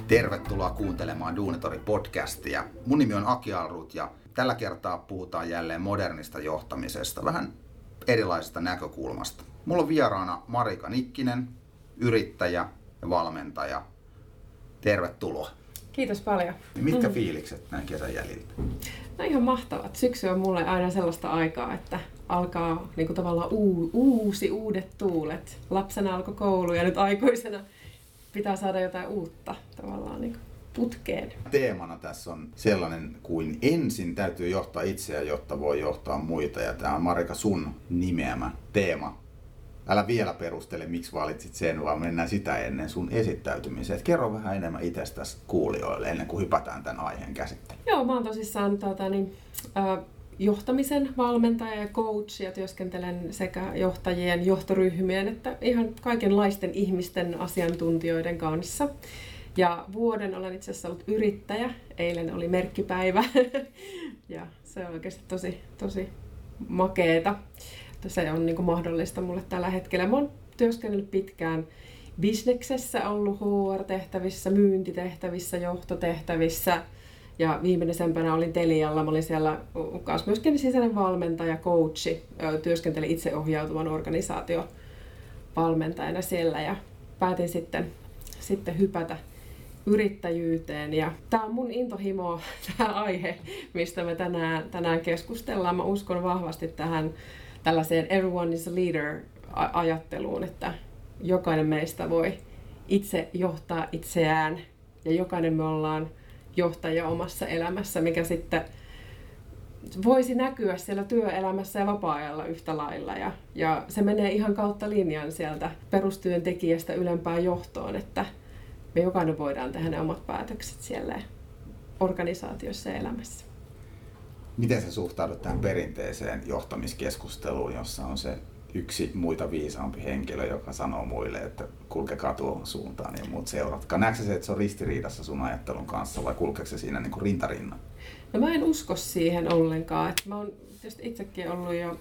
Tervetuloa kuuntelemaan Duunitori-podcastia. Mun nimi on Aki Alrut ja tällä kertaa puhutaan jälleen modernista johtamisesta, vähän erilaisesta näkökulmasta. Mulla on vieraana Marika Nikkinen, yrittäjä ja valmentaja. Tervetuloa. Kiitos paljon. Mitkä fiilikset näin kesän jäljiltä? No ihan mahtavat. Syksy on mulle aina sellaista aikaa, että alkaa niin kuin tavallaan uudet tuulet. Lapsena alkoi koulu ja nyt aikuisena pitää saada jotain uutta tavallaan niin kuin putkeen. Teemana tässä on sellainen kuin ensin täytyy johtaa itseä, jotta voi johtaa muita. Ja tämä on Marika sun nimeämä teema. Älä vielä perustele, miksi valitsit sen, vaan mennään sitä ennen sun esittäytymiseen. Kerro vähän enemmän itsestäsi kuulijoille ennen kuin hypätään tämän aiheen käsittelyyn. Joo, mä oon tosissaan johtamisen valmentaja ja coach ja työskentelen sekä johtajien, johtoryhmien että ihan kaikenlaisten ihmisten asiantuntijoiden kanssa. Ja vuoden olen itse asiassa ollut yrittäjä. Eilen oli merkkipäivä ja se on oikeasti tosi makeeta. Se on niin kuin mahdollista mulle tällä hetkellä. Mä oon työskennellyt pitkään bisneksessä, ollut HR-tehtävissä, myyntitehtävissä, johtotehtävissä ja viimeisempänä olin Telialla. Mä olin siellä myöskin sisäinen valmentaja, coachi. Työskentelin itseohjautuvan organisaatiovalmentajana siellä ja päätin sitten hypätä yrittäjyyteen. ja tämä on mun intohimo, tämä aihe, mistä me tänään keskustellaan. Mä uskon vahvasti tähän tällaiseen everyone is a leader-ajatteluun, että jokainen meistä voi itse johtaa itseään ja jokainen me ollaan johtaja omassa elämässä, mikä sitten voisi näkyä siellä työelämässä ja vapaa-ajalla yhtä lailla. Ja se menee ihan kautta linjan sieltä perustyöntekijästä ylempään johtoon, että me jokainen voidaan tehdä ne omat päätökset siellä organisaatiossa ja elämässä. Miten sä suhtaudut tähän perinteiseen johtamiskeskusteluun, jossa on se yksi muita viisaampi henkilö, joka sanoo muille, että kulkekaa tuohon suuntaan ja muut seuratkaa? Näetkö se, että se on ristiriidassa sun ajattelun kanssa vai kulkeeko se siinä niin kuin rintarinnan? No mä en usko siihen ollenkaan. Mä oon tietysti itsekin ollut jo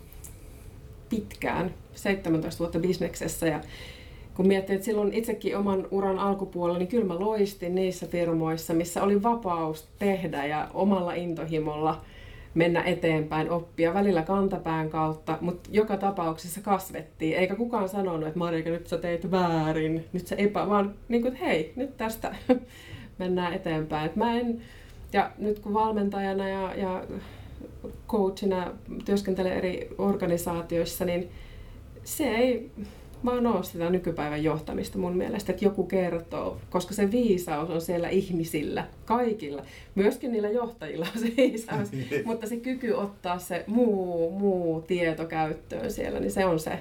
pitkään, 17 vuotta bisneksessä ja kun miettii, että silloin itsekin oman uran alkupuolella, niin kyllä mä loistin niissä firmoissa, missä oli vapaus tehdä ja omalla intohimolla mennä eteenpäin, oppia välillä kantapään kautta, mutta joka tapauksessa kasvettiin. Eikä kukaan sanonut, että Marika, nyt sä teit väärin, nyt sä vaan niin kuin, että hei, nyt tästä mennään eteenpäin. Ja nyt kun valmentajana ja coachina työskentelen eri organisaatioissa, niin se ei vaan ole sitä nykypäivän johtamista mun mielestä, että joku kertoo, koska se viisaus on siellä ihmisillä, kaikilla. Myöskin niillä johtajilla on se viisaus, mutta se kyky ottaa se muu tieto käyttöön siellä, niin se on se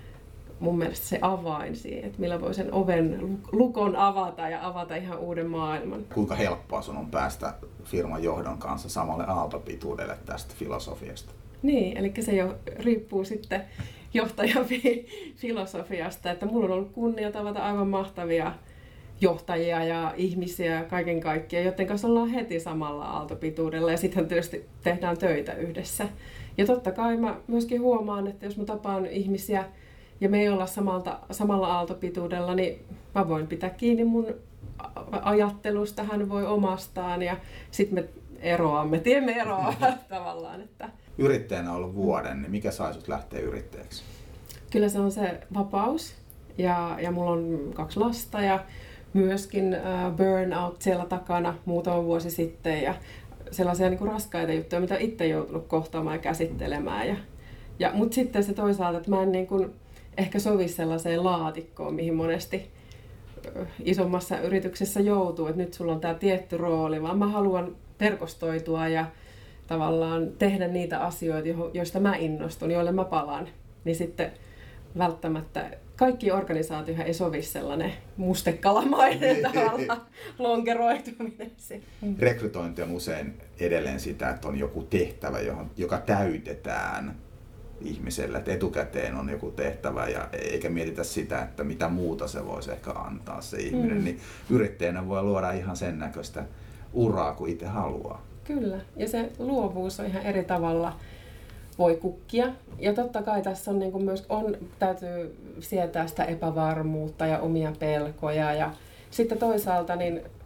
mun mielestä se avain siihen, että millä voi sen lukon avata ja avata ihan uuden maailman. Kuinka helppoa sun on päästä firman johdon kanssa samalle aaltopituudelle tästä filosofiasta? Niin, eli se jo riippuu sitten johtajan filosofiasta, että mulla on ollut kunnia tavata aivan mahtavia johtajia ja ihmisiä kaiken kaikkiaan, joiden kanssa ollaan heti samalla aaltopituudella ja sitten tietysti tehdään töitä yhdessä. Ja totta kai mä myöskin huomaan, että jos mä tapaan ihmisiä ja me ei olla samalla aaltopituudella, niin mä voin pitää kiinni mun ajattelusta, hän voi omastaan ja sitten me tiemme eroavat tavallaan. Että yrittäjänä ollut vuoden, niin mikä sai sut lähteä yrittäjäksi? Kyllä se on se vapaus ja mulla on 2 lasta ja myöskin burnout siellä takana muutama vuosi sitten ja sellaisia niin kuin raskaita juttuja, mitä itse joutunut kohtaamaan ja käsittelemään. Mutta sitten se toisaalta, että mä en niin kuin ehkä sovi sellaiseen laatikkoon, mihin monesti isommassa yrityksessä joutuu, että nyt sulla on tämä tietty rooli, vaan mä haluan verkostoitua ja tavallaan tehdä niitä asioita, joista mä innostun, joille mä palaan, niin sitten välttämättä kaikki organisaatioihin ei sovi sellainen mustekalamainen tavallaan lonkeroituminen. Rekrytointi on usein edelleen sitä, että on joku tehtävä, joka täytetään ihmiselle, että etukäteen on joku tehtävä ja eikä mietitä sitä, että mitä muuta se voisi ehkä antaa se ihminen, niin yrittäjänä voi luoda ihan sen näköistä uraa kuin itse haluaa. Kyllä, ja se luovuus on ihan eri tavalla voi kukkia. Ja totta kai tässä on, niin kuin myös täytyy sietää sitä epävarmuutta ja omia pelkoja. Ja sitten toisaalta niin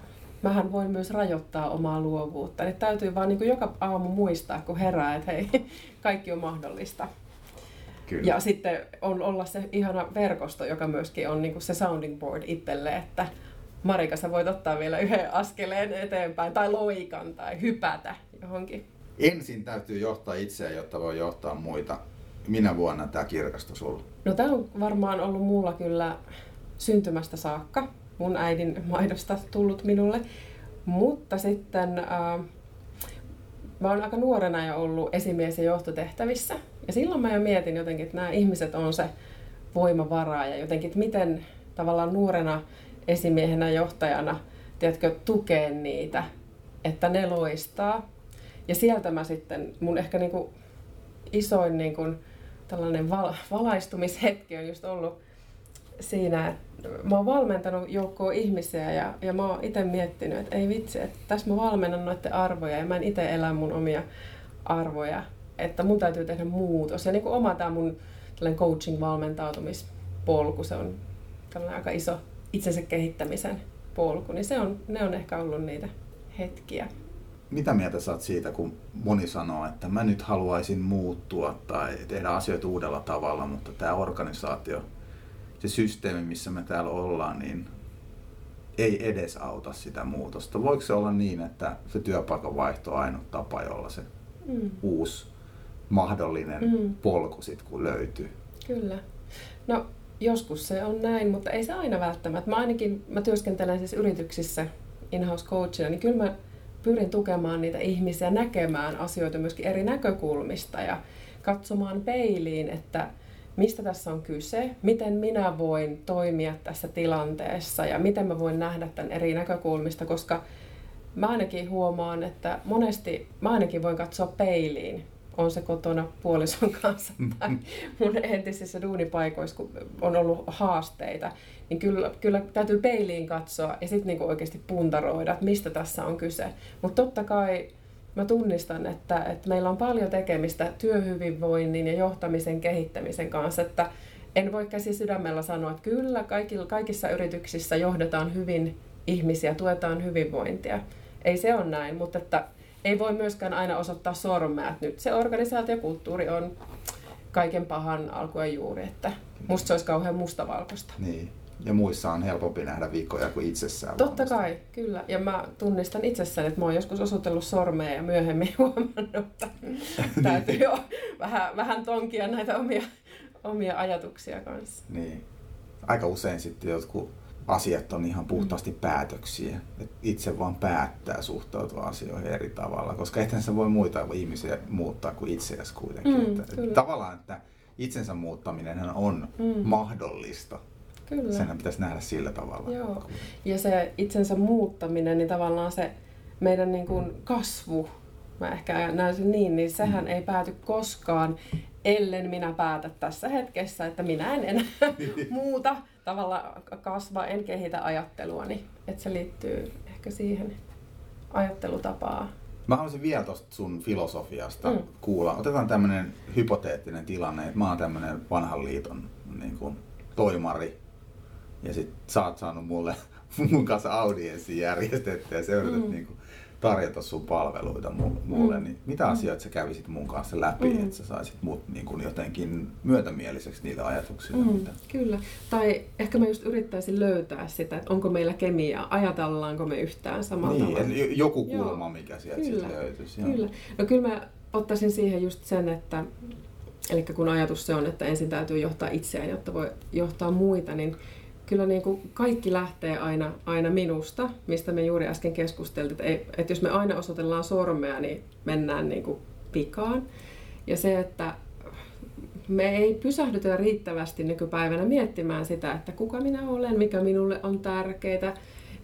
mähän voin myös rajoittaa omaa luovuutta. Eli täytyy vaan niin kuin joka aamu muistaa, kun herää, että hei, kaikki on mahdollista. Kyllä. Ja sitten on olla se ihana verkosto, joka myöskin on niin kuin se sounding board itselle, että Marika, sä voit ottaa vielä yhden askeleen eteenpäin tai loikan tai hypätä johonkin. Ensin täytyy johtaa itseään, jotta voi johtaa muita. Minä vuonna tämä kirkastui sulla? No tämä on varmaan ollut mulla kyllä syntymästä saakka, mun äidin maidosta tullut minulle. Mutta sitten mä oon aika nuorena jo ollut esimies- ja johtotehtävissä. Ja silloin mä jo mietin jotenkin, että nämä ihmiset on se voimavara ja jotenkin, että miten tavallaan nuorena esimiehenä johtajana, tiedätkö, tukee niitä, että ne loistaa. Ja sieltä mä sitten, mun ehkä niinku isoin niinku tällainen valaistumishetki on just ollut siinä, että mä oon valmentanut joukkoa ihmisiä ja mä oon itse miettinyt, että ei vitsi, että tässä mä valmennan noiden arvoja ja mä en itse elä mun omia arvoja, että mun täytyy tehdä muutos. Ja niin kuin oma tää mun coaching-valmentautumispolku, se on tällainen aika iso itsensä kehittämisen polku, niin ne on ehkä ollut niitä hetkiä. Mitä mieltä sä oot siitä, kun moni sanoo, että mä nyt haluaisin muuttua tai tehdä asioita uudella tavalla, mutta tämä organisaatio, se systeemi, missä me täällä ollaan, niin ei edes auta sitä muutosta. Voiko se olla niin, että se työpaikan vaihto on ainut tapa, jolla se uusi mahdollinen polku sitten kun löytyy? Kyllä. No joskus se on näin, mutta ei se aina välttämättä. Mä työskentelen siis yrityksissä in-house coachina, niin kyllä mä pyrin tukemaan niitä ihmisiä näkemään asioita myöskin eri näkökulmista ja katsomaan peiliin, että mistä tässä on kyse, miten minä voin toimia tässä tilanteessa ja miten mä voin nähdä tämän eri näkökulmista, koska mä ainakin huomaan, että monesti mä ainakin voin katsoa peiliin, on se kotona puolison kanssa tai mun entisissä duunipaikoissa, kun on ollut haasteita, niin kyllä täytyy peiliin katsoa ja sitten niinku oikeasti puntaroida, että mistä tässä on kyse. Mutta totta kai mä tunnistan, että meillä on paljon tekemistä työhyvinvoinnin ja johtamisen kehittämisen kanssa, että en voi käsi sydämellä sanoa, että kyllä kaikissa yrityksissä johdetaan hyvin ihmisiä, tuetaan hyvinvointia. Ei se ole näin, mutta että ei voi myöskään aina osoittaa sormea, että nyt se organisaatiokulttuuri on kaiken pahan alku ja juuri, että musta se olisi kauhean mustavalkoista. Niin. Ja muissa on helpompi nähdä viikkoja kuin itsessään. Totta kai, kyllä. Ja mä tunnistan itsessäni, että mä oon joskus osoitellut sormea ja myöhemmin huomannut, että täytyy jo vähän tonkia näitä omia ajatuksia kanssa. Niin. Aika usein sitten jotkut asiat on ihan puhtaasti päätöksiä. Että itse vaan päättää suhtautua asioihin eri tavalla, koska eihän se voi muita ihmisiä muuttaa kuin itseäsi kuitenkin. Että tavallaan, että itsensä muuttaminen on mahdollista. Kyllä. Senhän pitäisi nähdä sillä tavalla. Joo. Ja se itsensä muuttaminen, niin tavallaan se meidän niin kuin kasvu, mä ehkä näen sen niin sehän ei pääty koskaan, ellen minä päätä tässä hetkessä, että minä en enää muuta tavalla kasva, en kehitä ajatteluani. Että se liittyy ehkä siihen ajattelutapaan. Mä haluaisin vielä tuosta sun filosofiasta kuulla. Otetaan tämmöinen hypoteettinen tilanne, että mä oon tämmöinen vanhan liiton niin kuin toimari. Ja sit sä oot saanut mun kanssa audienssin järjestettyä ja sä yrität niinku tarjota sun palveluita mulle. Niin mitä asioita sä kävisit mun kanssa läpi, että sä saisit mut niinku jotenkin myötämieliseksi niitä ajatuksia? Kyllä. Tai ehkä mä just yrittäisin löytää sitä, että onko meillä kemiaa, ajatellaanko me yhtään samalla tavalla. Niin, joku kulma, mikä sieltä sitten löytyisi. Kyllä. No kyllä mä ottaisin siihen just sen, että eli kun ajatus se on, että ensin täytyy johtaa itseään, jotta voi johtaa muita, niin kyllä niin kuin kaikki lähtee aina minusta, mistä me juuri äsken keskusteltiin, että jos me aina osoitellaan sormea, niin mennään niin kuin pikaan. Ja se, että me ei pysähdytä riittävästi nykypäivänä miettimään sitä, että kuka minä olen, mikä minulle on tärkeää,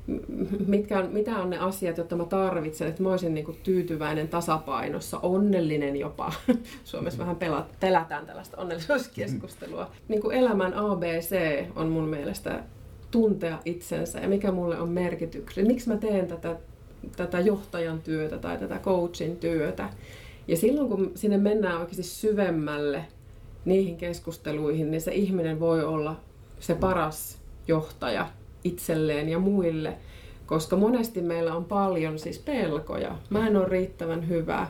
mitä on ne asiat, joita mä tarvitsen, että mä olisin niin kuin tyytyväinen, tasapainossa, onnellinen jopa. Suomessa vähän pelätään tällaista onnellisuuskeskustelua. Niin kuin elämän ABC on mun mielestä tuntea itsensä ja mikä mulle on merkityksellistä. Miksi mä teen tätä johtajan työtä tai tätä coachin työtä. Ja silloin kun sinne mennään oikeasti syvemmälle niihin keskusteluihin, niin se ihminen voi olla se paras johtaja itselleen ja muille, koska monesti meillä on paljon siis pelkoja. Mä en ole riittävän hyvä.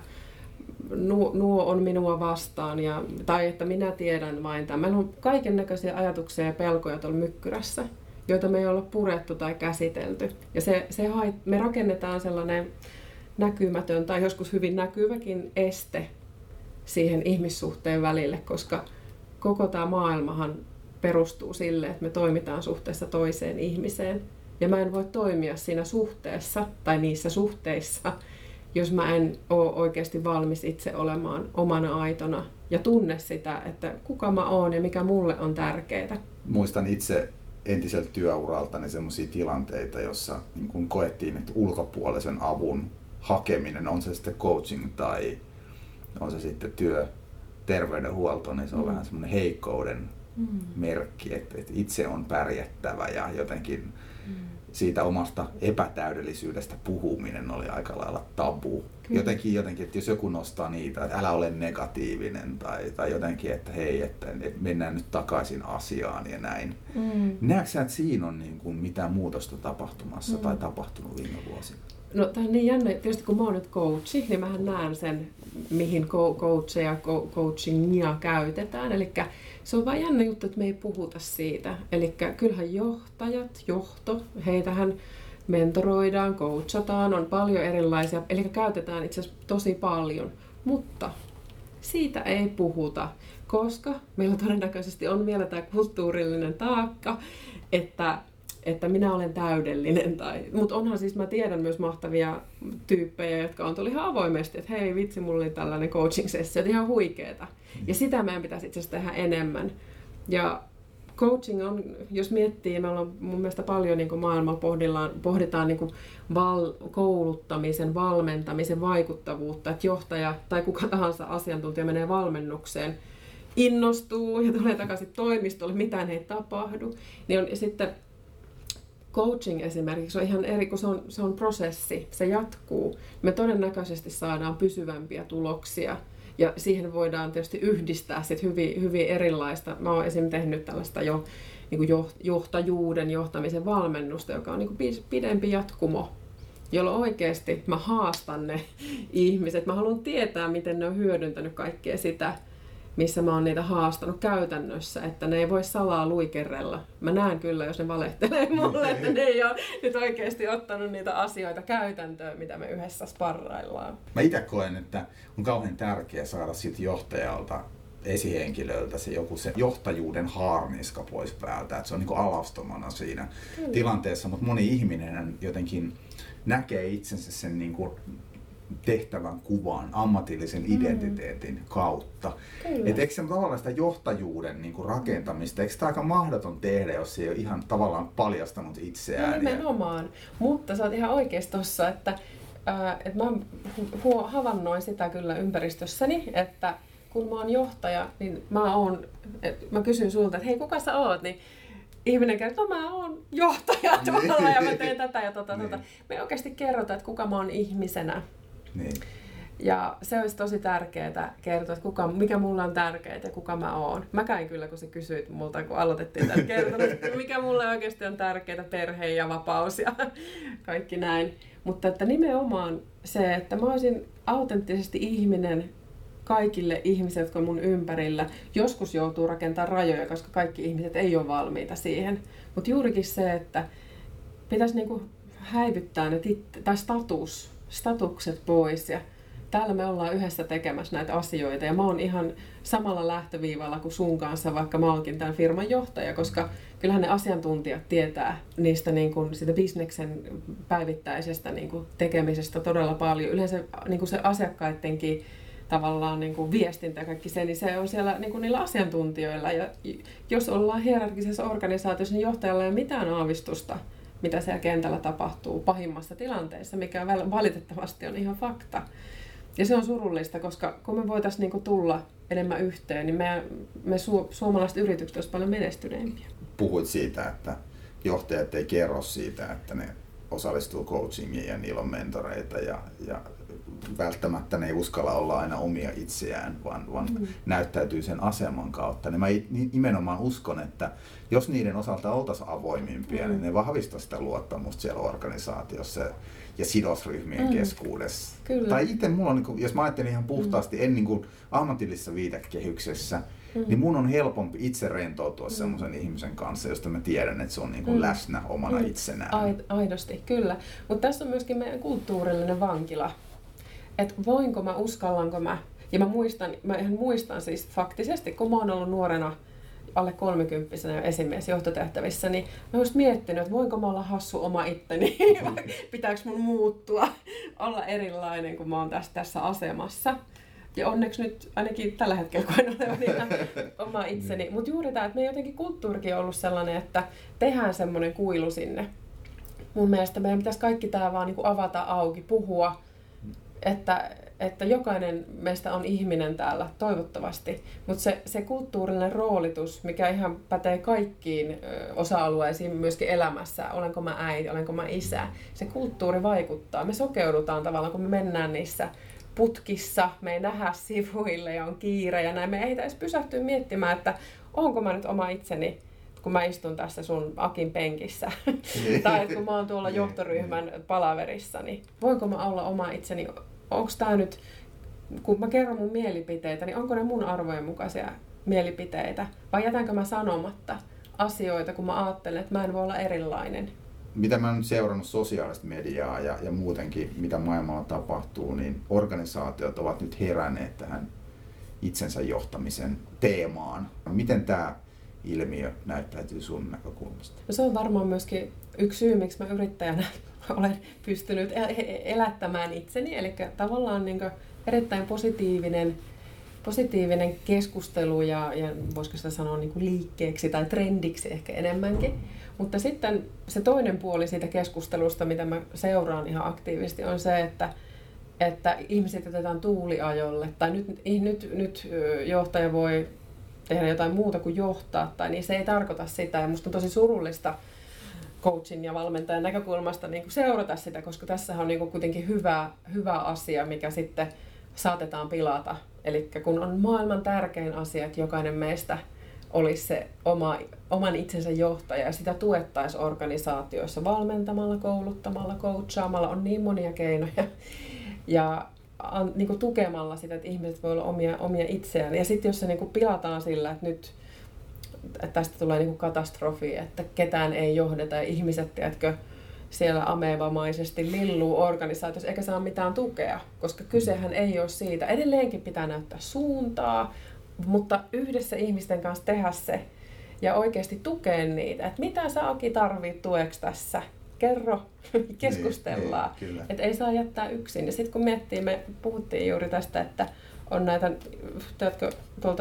Nuo on minua vastaan, tai että minä tiedän vain tämän. Meillä on kaiken näköisiä ajatuksia ja pelkoja tuolla mykkyrässä, joita me ei olla purettu tai käsitelty. Ja me rakennetaan sellainen näkymätön tai joskus hyvin näkyväkin este siihen ihmissuhteen välille, koska koko tämä maailmahan perustuu sille, että me toimitaan suhteessa toiseen ihmiseen. Ja mä en voi toimia siinä suhteessa tai niissä suhteissa, jos mä en ole oikeasti valmis itse olemaan omana aitona ja tunne sitä, että kuka mä oon ja mikä mulle on tärkeää. Muistan itse entiseltä työuraltani sellaisia tilanteita, jossa niin kun koettiin, että ulkopuolisen avun hakeminen, on se sitten coaching tai on se sitten terveydenhuolto, niin se on vähän semmoinen heikkouden merkki, että itse on pärjättävä ja jotenkin siitä omasta epätäydellisyydestä puhuminen oli aika lailla tabu. Jotenkin, että jos joku nostaa niitä, että älä ole negatiivinen tai jotenkin, että hei, että mennään nyt takaisin asiaan ja näin. Näetkö sä, että siinä on niin kuin mitään muutosta tapahtumassa tai tapahtunut viime vuosina? No tämä on niin jännä, tietysti kun mä oon nyt coachi, niin mähän näen sen, mihin coacheja, coachingia käytetään. Eli se on vaan jännä juttu, että me ei puhuta siitä. Eli kyllähän johto, heitähän mentoroidaan, coachataan, on paljon erilaisia, eli käytetään itse asiassa tosi paljon, mutta siitä ei puhuta, koska meillä todennäköisesti on vielä tämä kulttuurillinen taakka, että minä olen täydellinen. Mutta onhan siis, mä tiedän myös mahtavia tyyppejä, jotka on tullut ihan avoimesti, että hei vitsi, mulla oli tällainen coaching-sessio, ihan huikeeta. Ja sitä meidän pitäisi itse asiassa tehdä enemmän. Ja coaching on, jos miettii, me ollaan mun mielestä paljon niin kuin maailmalla pohditaan niin kuin kouluttamisen, valmentamisen vaikuttavuutta, että johtaja tai kuka tahansa asiantuntija menee valmennukseen, innostuu ja tulee takaisin toimistolle, mitään ei tapahdu, niin on sitten coaching esimerkiksi on ihan eri, kun se on prosessi, se jatkuu. Me todennäköisesti saadaan pysyvämpiä tuloksia ja siihen voidaan tietysti yhdistää sit hyvin erilaista. Mä oon esimerkiksi tehnyt tällaista johtajuuden, johtamisen valmennusta, joka on niin kuin pidempi jatkumo, jolloin oikeasti mä haastan ne ihmiset. Mä haluan tietää, miten ne on hyödyntänyt kaikkea sitä, missä mä oon niitä haastanut käytännössä, että ne ei voi salaa luikerrella. Mä näen kyllä, jos ne valehtelee mulle, että ne ei ole nyt oikeasti ottanut niitä asioita käytäntöön, mitä me yhdessä sparraillaan. Mä itse koen, että on kauhean tärkeää saada siitä johtajalta, esihenkilöltä se johtajuuden haarniska pois päältä, että se on niin kuin alastomana siinä tilanteessa, mutta moni ihminen jotenkin näkee itsensä sen niin kuin tehtävän kuvan, ammatillisen identiteetin kautta. Et eikö se tavallaan sitä johtajuuden niin kuin rakentamista, eikö sitä aika mahdoton tehdä, jos ei ole ihan tavallaan paljastanut itseään? No nimenomaan, mutta sä oot ihan oikeassa tossa, että mä havainnoin sitä kyllä ympäristössäni, että kun mä oon johtaja, niin mä kysyn sulta, että hei, kuka sä oot? Niin ihminen kertoo, että mä oon johtaja tuolla ja mä teen tätä ja tota. Me ei oikeasti kerrota, että kuka mä oon ihmisenä. Niin. Ja se olisi tosi tärkeää kertoa, että mikä mulla on tärkeää ja kuka mä oon. Mä käin kyllä, kun sä kysyit multa, kun aloitettiin tämän kertonut, mikä mulle oikeasti on tärkeää, perhe ja vapaus ja kaikki näin. Mutta että nimenomaan se, että mä olisin autenttisesti ihminen kaikille ihmisille, jotka on mun ympärillä. Joskus joutuu rakentamaan rajoja, koska kaikki ihmiset ei ole valmiita siihen. Mutta juurikin se, että pitäisi niinku häivyttää ne statukset pois ja täällä me ollaan yhdessä tekemässä näitä asioita ja mä oon ihan samalla lähtöviivalla kuin sun kanssa, vaikka mä oonkin tämän firman johtaja, koska kyllähän ne asiantuntijat tietää niistä niin kuin siitä bisneksen päivittäisestä niin kuin tekemisestä todella paljon. Yleensä niin kuin se asiakkaidenkin tavallaan niin kuin viestintä ja kaikki se, niin se on siellä niin kuin niillä asiantuntijoilla ja jos ollaan hierarkisessa organisaatiossa, niin johtajalla ei ole mitään aavistusta, mitä siellä kentällä tapahtuu pahimmassa tilanteessa, mikä valitettavasti on ihan fakta. Ja se on surullista, koska kun me voitaisiin niinku tulla enemmän yhteen, niin me suomalaiset yritykset olisivat paljon menestyneempiä. Puhuit siitä, että johtajat ei kerro siitä, että ne osallistuu coachingiin ja niillä on mentoreita ja välttämättä ne ei uskalla olla aina omia itseään, vaan näyttäytyy sen aseman kautta. Niin mä nimenomaan uskon, että jos niiden osalta oltaisiin avoimimpia, niin ne vahvistaisi sitä luottamusta siellä organisaatiossa ja sidosryhmien keskuudessa. Kyllä. Tai itse mulla on, jos mä ajattelen ihan puhtaasti, en niin kuin ammatillisessa viitekehyksessä, niin mun on helpompi itse rentoutua semmoisen ihmisen kanssa, josta mä tiedän, että se on niin kuin läsnä omana itsenään. Aidosti, kyllä. Mutta tässä on myöskin meidän kulttuurillinen vankila. Että voinko mä, uskallanko mä. Ja mä ihan muistan siis faktisesti, kun mä oon ollut nuorena alle 30-vuotiaana jo esimies johtotehtävissä, niin mä oon just miettinyt, että voinko mä olla hassu oma itteni, pitääkö mun muuttua, olla erilainen, kun mä oon tässä asemassa. Ja onneksi nyt ainakin tällä hetkellä koen olevan ihan oma itseni. Mutta juuri tämä, että meidän jotenkin kulttuurikin on ollut sellainen, että tehdään semmoinen kuilu sinne. Mun mielestä meidän pitäisi kaikki tämä vaan niin kuin avata auki, puhua, että jokainen meistä on ihminen täällä, toivottavasti. Mutta se kulttuurinen roolitus, mikä ihan pätee kaikkiin osa-alueisiin myöskin elämässä, olenko mä äiti, olenko mä isä, se kulttuuri vaikuttaa. Me sokeudutaan tavallaan, kun me mennään niissä putkissa, me ei nähdä sivuille ja on kiire ja näin. Me ei edes pysähtyä miettimään, että onko mä nyt oma itseni, kun mä istun tässä sun Akin penkissä. Tai että kun mä oon tuolla johtoryhmän palaverissa, niin voinko mä olla oma itseni? Onko tää nyt, kun mä kerron mun mielipiteitä, niin onko ne mun arvojen mukaisia mielipiteitä? Vai jätänkö mä sanomatta asioita, kun mä ajattelen, että mä en voi olla erilainen? Mitä mä oon nyt seurannut sosiaalista mediaa ja muutenkin, mitä maailmalla tapahtuu, niin organisaatiot ovat nyt heränneet tähän itsensä johtamisen teemaan. Miten tämä ilmiö näyttäytyy sun näkökulmasta? No se on varmaan myöskin yksi syy, miksi mä yrittäjänä olen pystynyt elättämään itseni. Eli tavallaan niin kuin erittäin positiivinen keskustelu ja voisiko sitä sanoa niin kuin liikkeeksi tai trendiksi ehkä enemmänkin. Mutta sitten se toinen puoli siitä keskustelusta, mitä mä seuraan ihan aktiivisesti, on se, että ihmiset otetaan tuuliajolle. Tai nyt johtaja voi tehdä jotain muuta kuin johtaa, tai niin se ei tarkoita sitä. Ja musta on tosi surullista coachin ja valmentajan näkökulmasta niin kuin seurata sitä, koska tässä on niin kuin kuitenkin hyvä asia, mikä sitten saatetaan pilata. Eli kun on maailman tärkein asia, että jokainen meistä olisi se oman itsensä johtaja ja sitä tuettaisiin organisaatioissa valmentamalla, kouluttamalla, coachaamalla, on niin monia keinoja ja niin kuin tukemalla sitä, että ihmiset voi olla omia itseään. Ja sitten jos se niin kuin pilataan sillä, että nyt että tästä tulee niin kuin katastrofi, että ketään ei johdeta ja ihmiset, tiedätkö, siellä amebamaisesti lilluu organisaatiossa eikä saa mitään tukea, koska kysehän ei ole siitä. Edelleenkin pitää näyttää suuntaa, mutta yhdessä ihmisten kanssa tehdä se ja oikeasti tukea niitä, että mitä sä Aki tarvit tueksi tässä, kerro, keskustellaan, että ei saa jättää yksin. Ja sitten kun miettii, me puhuttiin juuri tästä, että on näitä, tiedätkö, tuolta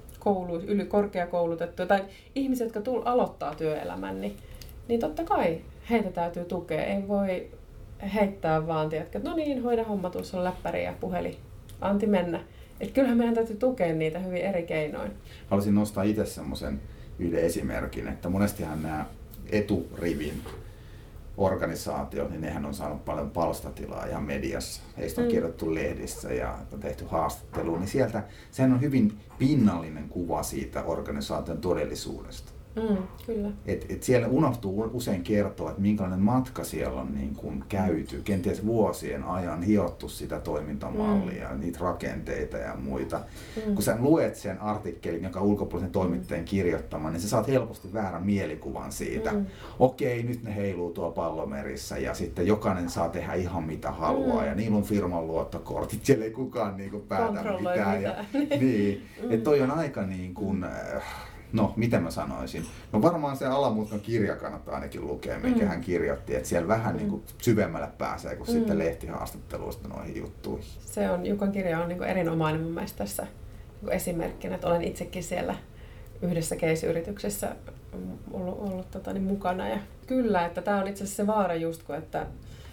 korkeakoulutettuja tai ihmisiä, jotka aloittaa työelämän, niin totta kai heitä täytyy tukea. Ei voi heittää vaan, tiedätkö, että no niin, hoida homma, tuossa on läppäri ja puhelin, anti mennä. Että kyllähän meidän täytyy tukea niitä hyvin eri keinoin. Haluaisin nostaa itse semmoisen yhden esimerkin, että monestihan nämä eturivin organisaatiot, niin nehän on saanut paljon palstatilaa ihan mediassa. Heistä on kirjoittu lehdissä ja on tehty haastattelua, niin sieltä sehän on hyvin pinnallinen kuva siitä organisaation todellisuudesta. Kyllä. Et siellä unohtuu usein kertoa, että minkälainen matka siellä on niin kuin käyty, kenties vuosien ajan hiottu sitä toimintamallia, niitä rakenteita ja muita. Kun sä luet sen artikkelin, joka on ulkopuolisen toimittajan kirjoittama, niin sä saat helposti väärän mielikuvan siitä. Okei, nyt ne heiluu tuo pallomerissä ja sitten jokainen saa tehdä ihan mitä haluaa ja niillä on firman luottokortit, siellä ei kukaan niin kuin päätä mitään. Ja, niin, että toi on aika niin kuin, no, mitä mä sanoisin? No varmaan se Alamutkan kirja kannattaa ainakin lukea, minkä hän kirjoitti, että siellä vähän niin kuin syvemmälle pääsee kuin sitten lehtihaastatteluista noihin juttuihin. Se on, Jukan kirja on niin kuin erinomainen mun mielestä tässä niin esimerkkinä, että olen itsekin siellä yhdessä case-yrityksessä ollut mukana. Ja kyllä, että tämä on itse asiassa se vaara just, kun että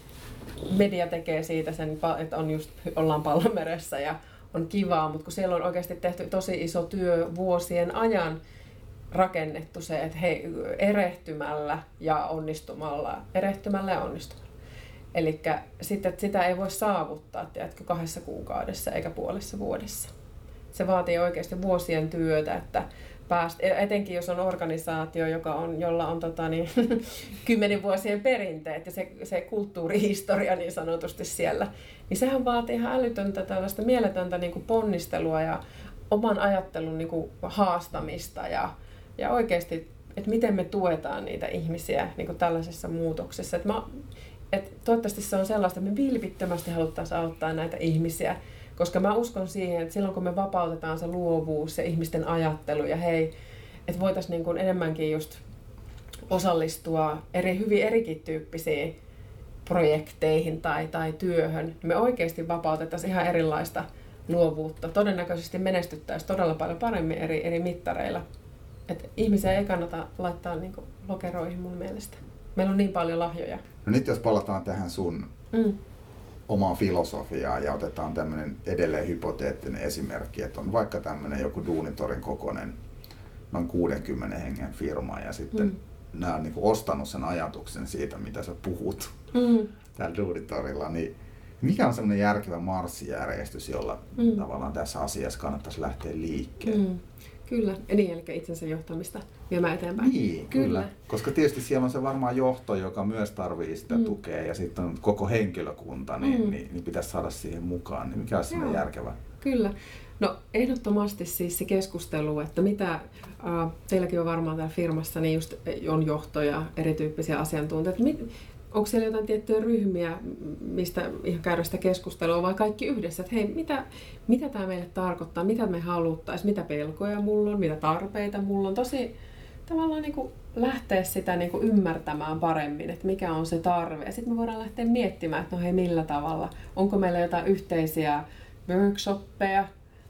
media tekee siitä sen, että ollaan pallomeressä ja on kivaa, mutta kun siellä on oikeasti tehty tosi iso työ vuosien ajan, rakennettu se, että hei, erehtymällä ja onnistumalla. Eli sitten, että sitä ei voi saavuttaa, tiedätkö, 2 kuukaudessa eikä puolessa vuodessa. Se vaatii oikeasti vuosien työtä, että etenkin jos on organisaatio, jolla on 10 vuosien perinteet ja se kulttuurihistoria niin sanotusti siellä, niin sehän vaatii ihan älytöntä tällaista mieletöntä niin kuin ponnistelua ja oman ajattelun niin kuin haastamista ja oikeasti, että miten me tuetaan niitä ihmisiä niin kuin tällaisessa muutoksessa. Toivottavasti se on sellaista, että me vilpittömästi haluttaisiin auttaa näitä ihmisiä, koska mä uskon siihen, että silloin kun me vapautetaan se luovuus, se ihmisten ajattelu ja että voitaisiin niin kuin enemmänkin just osallistua hyvin erikin tyyppisiin projekteihin tai työhön, niin me oikeasti vapautettaisiin ihan erilaista luovuutta. Todennäköisesti menestyttäisiin todella paljon paremmin eri mittareilla. Että ihmisiä ei kannata laittaa niin kuin lokeroihin mun mielestä. Meillä on niin paljon lahjoja. No nyt jos palataan tähän sun omaan filosofiaan ja otetaan tämmöinen edelleen hypoteettinen esimerkki, että on vaikka tämmöinen joku Duunitorin kokoinen noin 60 hengen firma ja sitten nämä on niin kuin ostanut sen ajatuksen siitä, mitä sä puhut täällä Duunitorilla, niin mikä on semmoinen järkevä marssijärjestys, jolla tavallaan tässä asiassa kannattaisi lähteä liikkeelle? Kyllä, eli itsensä johtamista viemään eteenpäin. Niin, kyllä. Koska tietysti siellä on se varmaan johto, joka myös tarvitsee sitä tukea ja sitten on koko henkilökunta, niin pitäisi saada siihen mukaan. Niin mikä olisi semmoinen järkevä? Kyllä. No ehdottomasti siis se keskustelu, että mitä teilläkin on varmaan täällä firmassa, niin just on johtoja, erityyppisiä asiantuntijoita. Onko siellä jotain tiettyjä ryhmiä, mistä ihan käydä sitä keskustelua, vai kaikki yhdessä, että hei, mitä tämä meille tarkoittaa, mitä me haluttaisiin, mitä pelkoja mulla on, mitä tarpeita mulla on. Tosi tavallaan niin kuin lähteä sitä niin kuin ymmärtämään paremmin, että mikä on se tarve. Ja sitten me voidaan lähteä miettimään, että no hei, millä tavalla, onko meillä jotain yhteisiä workshoppeja,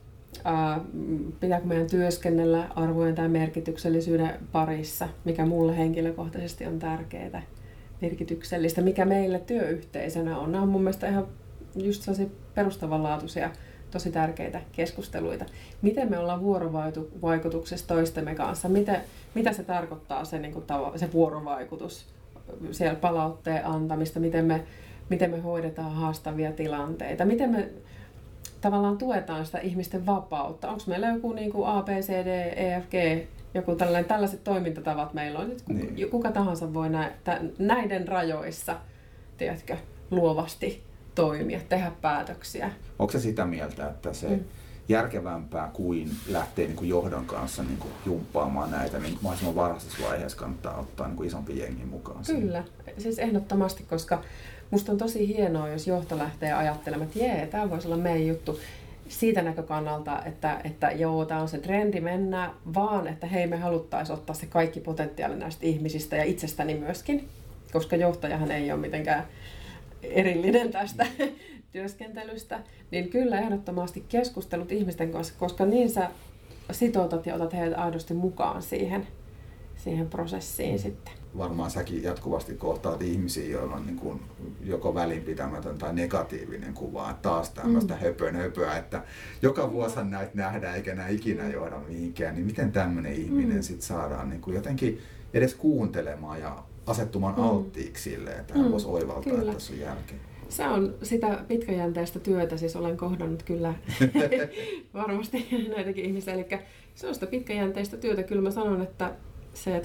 pitääkö meidän työskennellä arvojen tai merkityksellisyyden parissa, mikä mulle henkilökohtaisesti on tärkeää, merkityksellistä, mikä meille työyhteisönä on. Nämä on mun mielestä ihan just sellaisia perustavanlaatuisia, tosi tärkeitä keskusteluita. Miten me ollaan vuorovaikutuksessa toistemme kanssa? Mitä se tarkoittaa se, niin kuin se vuorovaikutus, siellä palautteen antamista, miten me hoidetaan haastavia tilanteita, miten me tavallaan tuetaan sitä ihmisten vapautta. Onko meillä joku niin kuin A, B, C, D, E, F, G, joku tällaiset toimintatavat meillä on. Niin. Kuka tahansa voi näiden rajoissa, tiedätkö, luovasti toimia, tehdä päätöksiä. Onko se sitä mieltä, että se järkevämpää kuin lähtee niin kuin johdon kanssa niin kuin jumppaamaan näitä, niin mahdollisimman varhaisessa vaiheessa kannattaa ottaa niin kuin isompi jengi mukaan? Kyllä, siis ehdottomasti, koska musta on tosi hienoa, jos johto lähtee ajattelemaan, että tämä voisi olla meidän juttu siitä näkökannalta, että joo, tämä on se trendi mennä, vaan että hei, me haluttaisiin ottaa se kaikki potentiaali näistä ihmisistä ja itsestäni myöskin, koska johtajahan ei ole mitenkään erillinen tästä työskentelystä, niin kyllä ehdottomasti keskustelut ihmisten kanssa, koska niin sä sitoutat ja otat heidät aidosti mukaan siihen prosessiin sitten. Varmaan säkin jatkuvasti kohtaat ihmisiä, joilla on niin kuin joko välinpitämätön tai negatiivinen kuva, että taas tämmöistä höpöä, että joka vuosi näitä nähdään eikä nämä ikinä johda mihinkään, niin miten tämmöinen ihminen sitten saadaan niin kuin jotenkin edes kuuntelemaan ja asettumaan alttiiksi sille, että hän voisi oivaltaa, että tässä on järkeä. Se on sitä pitkäjänteistä työtä, siis olen kohdannut kyllä varmasti näitäkin ihmisiä, eli se on sitä pitkäjänteistä työtä, kyllä mä sanon, että se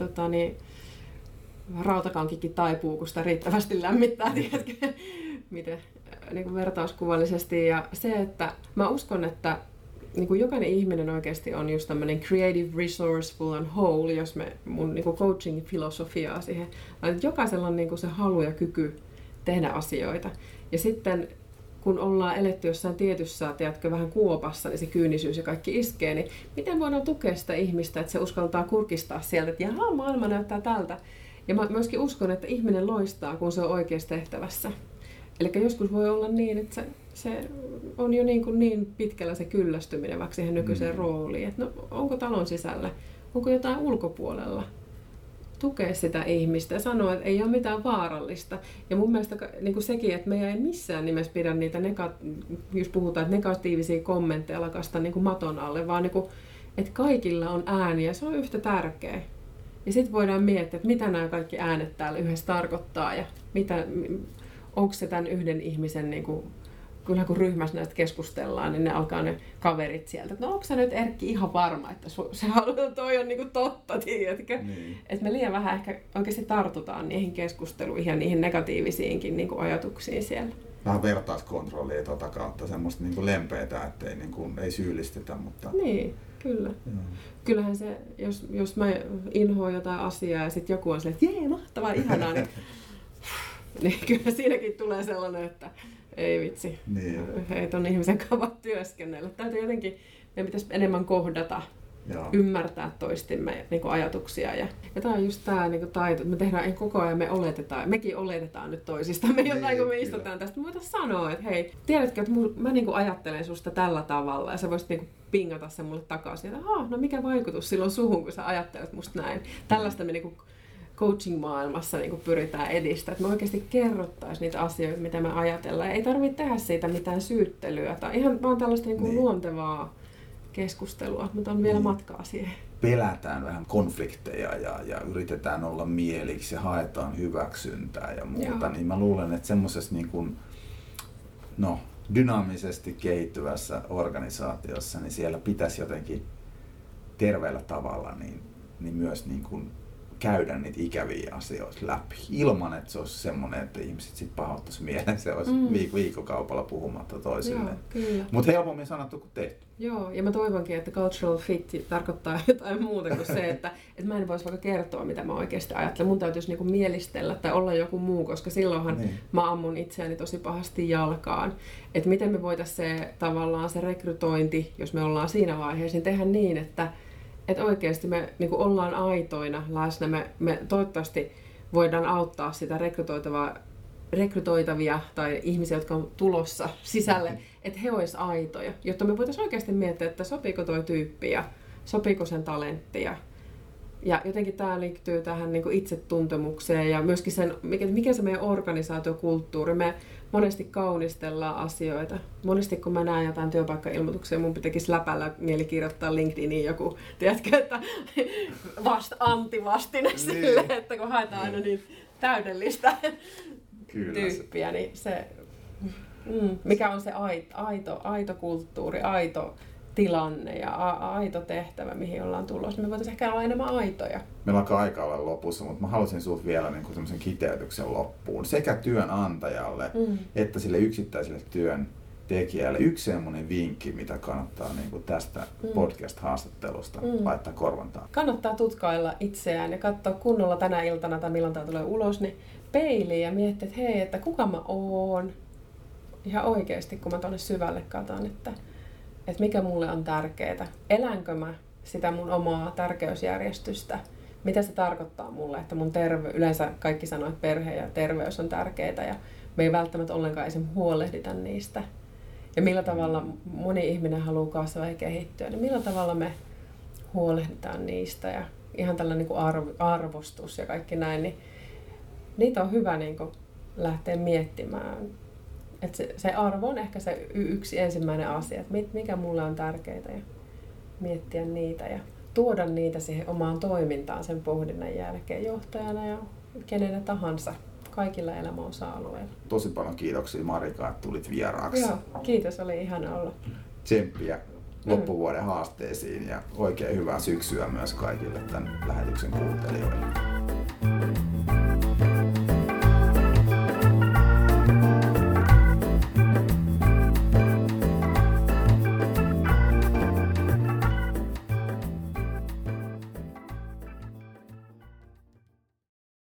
rautakankikin taipuu, kun sitä riittävästi lämmittää, tiedätkö, miten niin kuin vertauskuvallisesti. Ja se, että mä uskon, että niin kuin jokainen ihminen oikeasti on just tämmöinen creative, resourceful and whole, jos mun niin kuin coaching-filosofiaa siihen, että jokaisella on niin kuin se halu ja kyky tehdä asioita. Ja sitten kun ollaan eletty jossain tietyssä, tiedätkö, vähän kuopassa, niin se kyynisyys ja kaikki iskee, niin miten voidaan tukea sitä ihmistä, että se uskaltaa kurkistaa sieltä, että jaha, maailma näyttää tältä. Ja mä myöskin uskon, että ihminen loistaa, kun se on oikeassa tehtävässä. Eli joskus voi olla niin, että se on jo niin pitkällä se kyllästyminen vaikka siihen nykyiseen rooliin. Että no, onko talon sisällä, onko jotain ulkopuolella? Tukea sitä ihmistä ja sanoa, että ei ole mitään vaarallista. Ja mun mielestä niin kuin sekin, että meidän ei missään nimessä pidä niitä, jos puhutaan, että negatiivisia kommentteja lakasta niin kuin maton alle, vaan niin kuin, että kaikilla on ääni ja se on yhtä tärkeä. Ja sitten voidaan miettiä, että mitä nämä kaikki äänet täällä yhdessä tarkoittaa ja onko se tämän yhden ihmisen, niin kuin, kyllähän kun ryhmässä näistä keskustellaan, niin ne alkaa ne kaverit sieltä, että no onko sä nyt Erkki ihan varma, että toi on niin kuin totta, tiedätkö? Niin. Että me liian vähän ehkä oikeasti tartutaan niihin keskusteluihin ja niihin negatiivisiinkin niin kuin ajatuksiin siellä. Vähän vertaiskontrollia tuota kautta, semmoista niin kuin lempeätä, ettei niin kuin, ei syyllistetä. Mutta... Niin, kyllä. Kyllähän se, jos mä inhoan jotain asiaa ja sitten joku on silleen, että jee, mahtavaa, ihanaa, niin kyllä siinäkin tulee sellainen, että ei vitsi, ei ton ihmisen kanssa työskennellä. Täytyy jotenkin, meidän pitäisi enemmän kohdata, ymmärtää toistimme niin kuin ajatuksia. Ja tämä on just tämä niin kuin taito, että me tehdään koko ajan, mekin oletetaan nyt toisistamme jotain, kun me istutaan tästä. Me voitaisiin sanoa, että hei, tiedätkö, että mä niin kuin ajattelen susta tällä tavalla, ja sä voisit niin kuin pingata sen mulle takaisin, että no mikä vaikutus silloin suhun, kun sä ajattelet musta näin. Tällaista me niin kuin coaching-maailmassa niin kuin pyritään edistämään, että me oikeasti kerrottaisiin niitä asioita, mitä me ajatellaan. Ja ei tarvitse tehdä siitä mitään syyttelyä, tai ihan vaan tällaista niin kuin luontevaa keskustelua, mutta on vielä matkaa siihen. Pelätään vähän konflikteja ja yritetään olla mieliksi ja haetaan hyväksyntää ja muuta, niin mä luulen, että semmoisessa niin kuin, dynaamisesti kehittyvässä organisaatiossa, niin siellä pitäisi jotenkin terveellä tavalla niin myös niin kuin käydä niitä ikäviä asioita läpi, ilman että se olisi semmoinen, että ihmiset sitten pahoittaisi mieleen, se olisi viikkokaupalla puhumatta toisille. Mutta helpommin sanottu kuin tehty. Joo, ja mä toivonkin, että cultural fit tarkoittaa jotain muuta kuin se, että mä en voisi vaikka kertoa, mitä mä oikeasti ajattelen. Mun täytyisi niinku mielistellä tai olla joku muu, koska silloinhan mä ammun itseäni tosi pahasti jalkaan. Että miten me voitaisiin se tavallaan se rekrytointi, jos me ollaan siinä vaiheessa, niin tehdä niin, että oikeasti me niin kuin ollaan aitoina läsnä. Me toivottavasti voidaan auttaa sitä rekrytoitavia tai ihmisiä, jotka on tulossa sisälle, että he olisivat aitoja, jotta me voitaisiin oikeasti miettiä, että sopiiko toi tyyppi ja sopiiko sen talentti. Ja jotenkin tämä liittyy tähän niin kuin itsetuntemukseen ja myöskin sen, mikä se meidän organisaatiokulttuuri. Me monesti kaunistellaan asioita. Monesti kun mä näen jotain työpaikkailmoituksia, mun pitäisi läpällä mieli kirjoittaa LinkedIniin joku, tiedätkö, että antivastine sille, että kun haetaan aina niin täydellistä tyyppiä, niin se, mikä on se aito kulttuuri, aito tilanne ja aito tehtävä, mihin ollaan tulossa. Me voitaisiin ehkä olla enemmän aitoja. Meillä alkaa aika olla lopussa, mutta mä haluaisin sinulta vielä niin semmoisen kiteytyksen loppuun. Sekä työnantajalle että sille yksittäiselle työntekijälle. Yksi semmoinen vinkki, mitä kannattaa niin kuin tästä podcast-haastattelusta laittaa korvantaan. Kannattaa tutkailla itseään ja katsoa kunnolla tänä iltana tai milloin tämä tulee ulos, niin peiliin ja miettiä, että hei, että kuka mä oon. Ihan oikeasti, kun mä tuonne syvälle katson, että mikä mulle on tärkeää. Elänkö mä sitä mun omaa tärkeysjärjestystä? Mitä se tarkoittaa mulle, että mun yleensä kaikki sanoo, että perhe ja terveys on tärkeää ja me ei välttämättä ollenkaan esimerkiksi huolehdita niistä. Ja millä tavalla moni ihminen haluaa kasvaa ja kehittyä, niin millä tavalla me huolehditaan niistä ja ihan tällainen niin kuin arvostus ja kaikki näin, niin niitä on hyvä niin kuin lähteä miettimään. Että se arvo on ehkä se yksi ensimmäinen asia, että mikä mulle on tärkeää ja miettiä niitä ja tuoda niitä siihen omaan toimintaan sen pohdinnan jälkeen johtajana ja kenenä tahansa kaikilla elämäosa-alueilla. Tosi paljon kiitoksia Marika, että tulit vieraaksi. Joo, kiitos, oli ihana olla. Tsemppiä loppuvuoden haasteisiin ja oikein hyvää syksyä myös kaikille tämän lähetyksen kuuntelijoille.